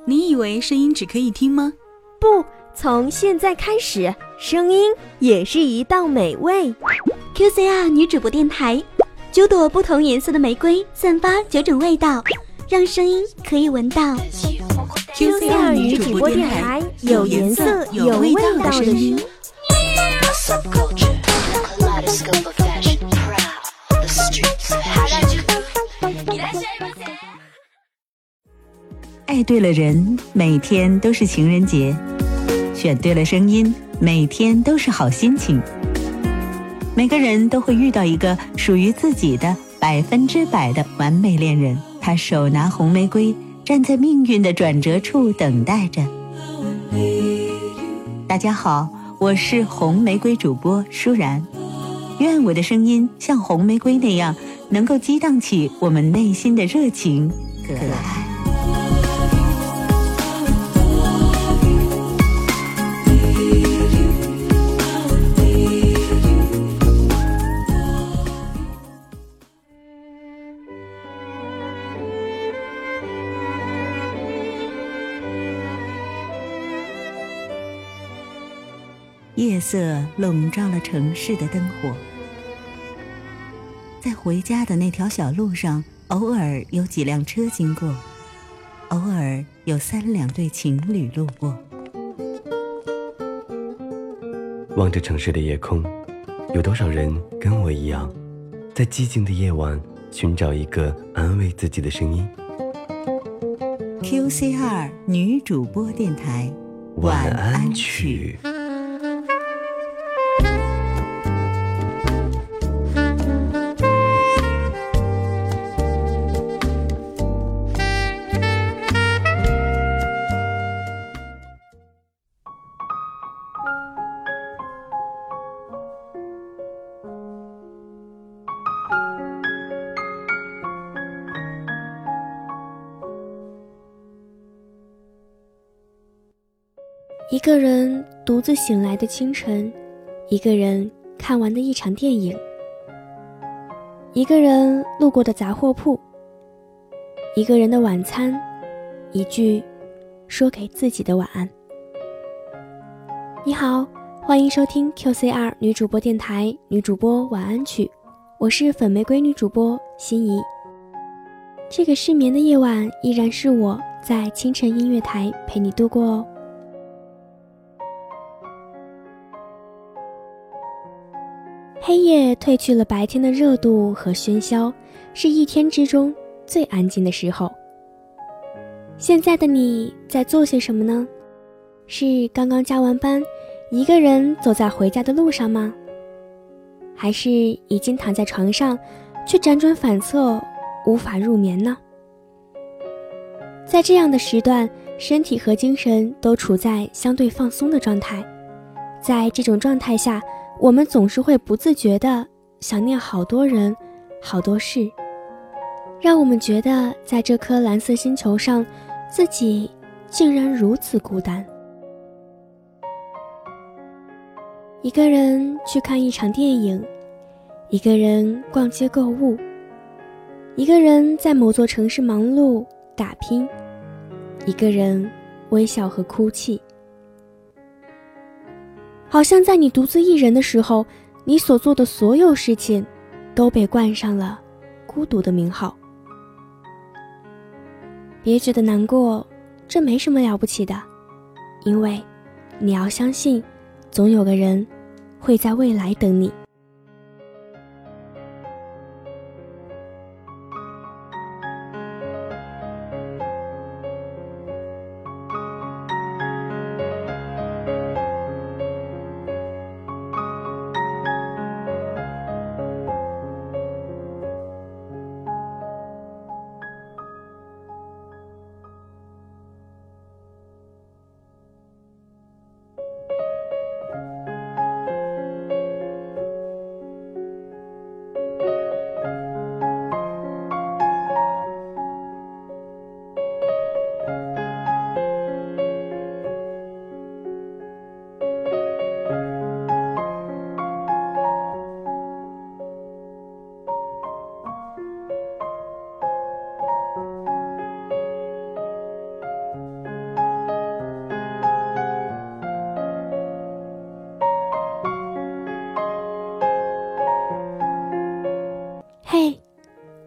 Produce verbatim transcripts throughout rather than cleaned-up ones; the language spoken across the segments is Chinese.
你以为声音只可以听吗？ 不，从现在开始，声音也是一道美味。 Q C R 女主播电台，九朵不同颜色的玫瑰，散发九种味道，让声音可以闻到。 Q C R 女主播电台，有颜色有味道的声音。 爱对了人，每天都是情人节；选对了声音，每天都是好心情。每个人都会遇到一个属于自己的百分之百的完美恋人，他手拿红玫瑰，站在命运的转折处等待着。大家好，我是红玫瑰主播舒然，愿我的声音像红玫瑰那样，能够激荡起我们内心的热情可爱。夜色笼罩了城市的灯火，在回家的那条小路上，偶尔有几辆车经过，偶尔有三两对情侣路过。 望着城市的夜空，有多少人跟我一样，在寂静的夜晚寻找一个安慰自己的声音。 Q C R 女主播电台， 晚安曲。 一个人独自醒来的清晨，一个人看完的一场电影，一个人路过的杂货铺，一个人的晚餐，一句说给自己的晚安。你好，欢迎收听 Q C R 女主播电台女主播晚安曲，我是粉玫瑰女主播心怡。这个失眠的夜晚，依然是我在清晨音乐台陪你度过哦。黑夜褪去了白天的热度和喧嚣，是一天之中最安静的时候。现在的你在做些什么呢？是刚刚加完班，一个人走在回家的路上吗？还是已经躺在床上，却辗转反侧，无法入眠呢？在这样的时段，身体和精神都处在相对放松的状态。在这种状态下，我们总是会不自觉地想念好多人好多事，让我们觉得在这颗蓝色星球上，自己竟然如此孤单。一个人去看一场电影，一个人逛街购物，一个人在某座城市忙碌打拼，一个人微笑和哭泣。好像在你独自一人的时候，你所做的所有事情都被冠上了孤独的名号。别觉得难过，这没什么了不起的，因为你要相信，总有个人会在未来等你。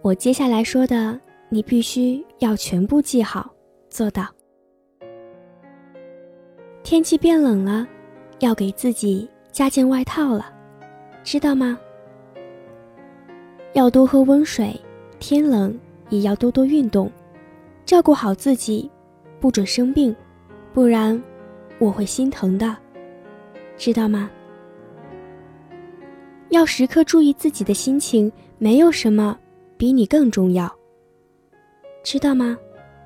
我接下来说的，你必须要全部记好，做到。天气变冷了，要给自己加件外套了，知道吗？要多喝温水，天冷也要多多运动，照顾好自己，不准生病，不然我会心疼的，知道吗？要时刻注意自己的心情，没有什么比你更重要，知道吗？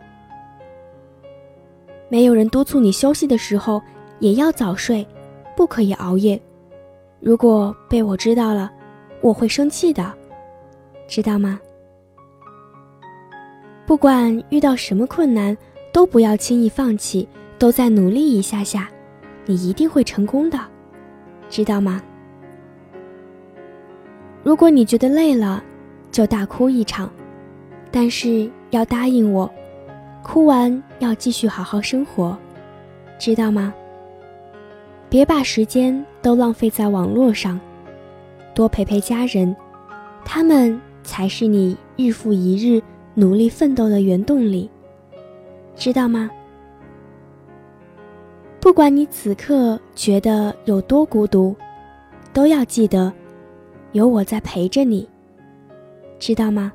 没有人督促你休息的时候，也要早睡，不可以熬夜。如果被我知道了，我会生气的，知道吗？不管遇到什么困难，都不要轻易放弃，都再努力一下下，你一定会成功的，知道吗？如果你觉得累了，就大哭一场，但是要答应我，哭完要继续好好生活，知道吗？别把时间都浪费在网络上，多陪陪家人，他们才是你日复一日努力奋斗的原动力，知道吗？不管你此刻觉得有多孤独，都要记得有我在陪着你，知道吗？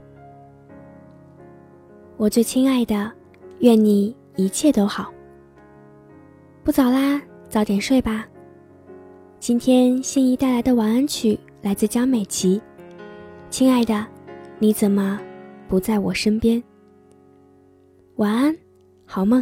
我最亲爱的，愿你一切都好。不早啦，早点睡吧。今天心怡带来的晚安曲来自江美琪，亲爱的，你怎么不在我身边？晚安，好梦。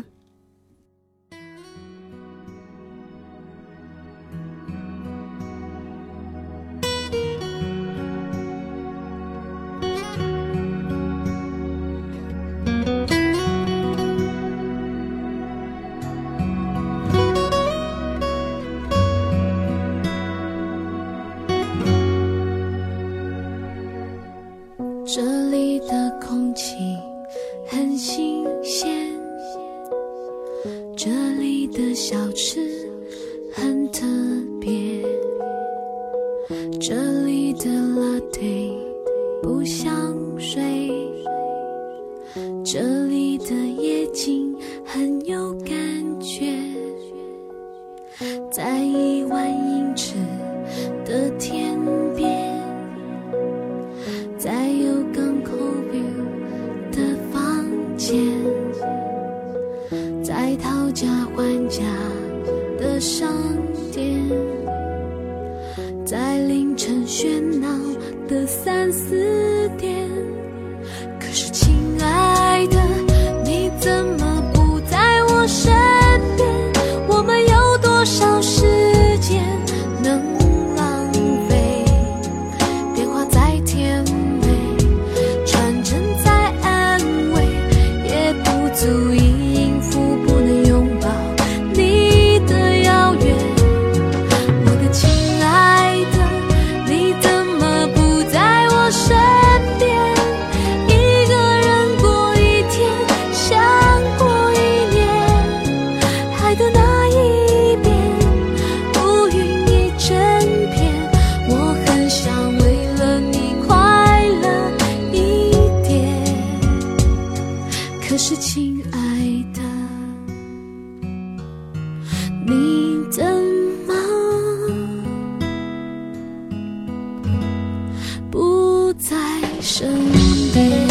这里的空气很新鲜，这里的小吃很特别，这里的 latte 不像水，这里的夜景很有感觉，在一万英尺的天边，在有港口 view 的房间，在讨价还价的商店，在凌晨喧闹的三四点。可是亲爱的，你怎么不在我身边？我们有多少时间能浪费？变化再甜美，传承再安慰，也不足以应付不能拥抱你的遥远。我的亲爱的，你怎么不在我身边？一个人过一天，像过一年，爱的那一边，乌云一整片。我很想为了你快乐一点，可是亲爱的，你怎么不在身边？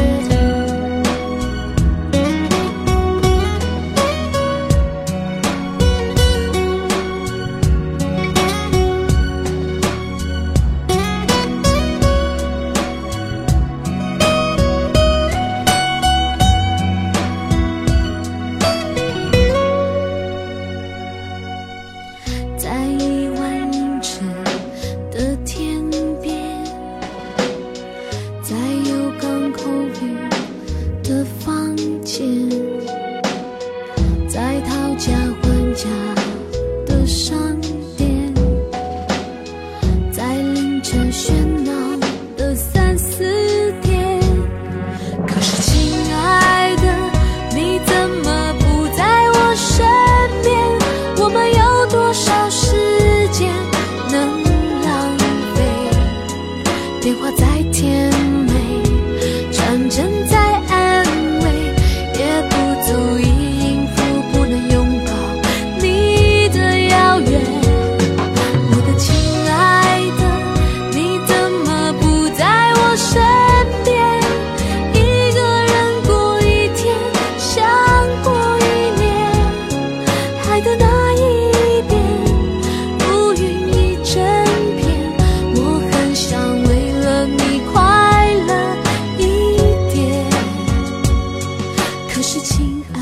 在一万英尺的天边，在有港口 view 的房间，在讨价还价的商店，在凌晨喧闹的三四点。可是亲爱的，你怎么不在我身边？我们有多少时间能浪费？变化再甜美， 是情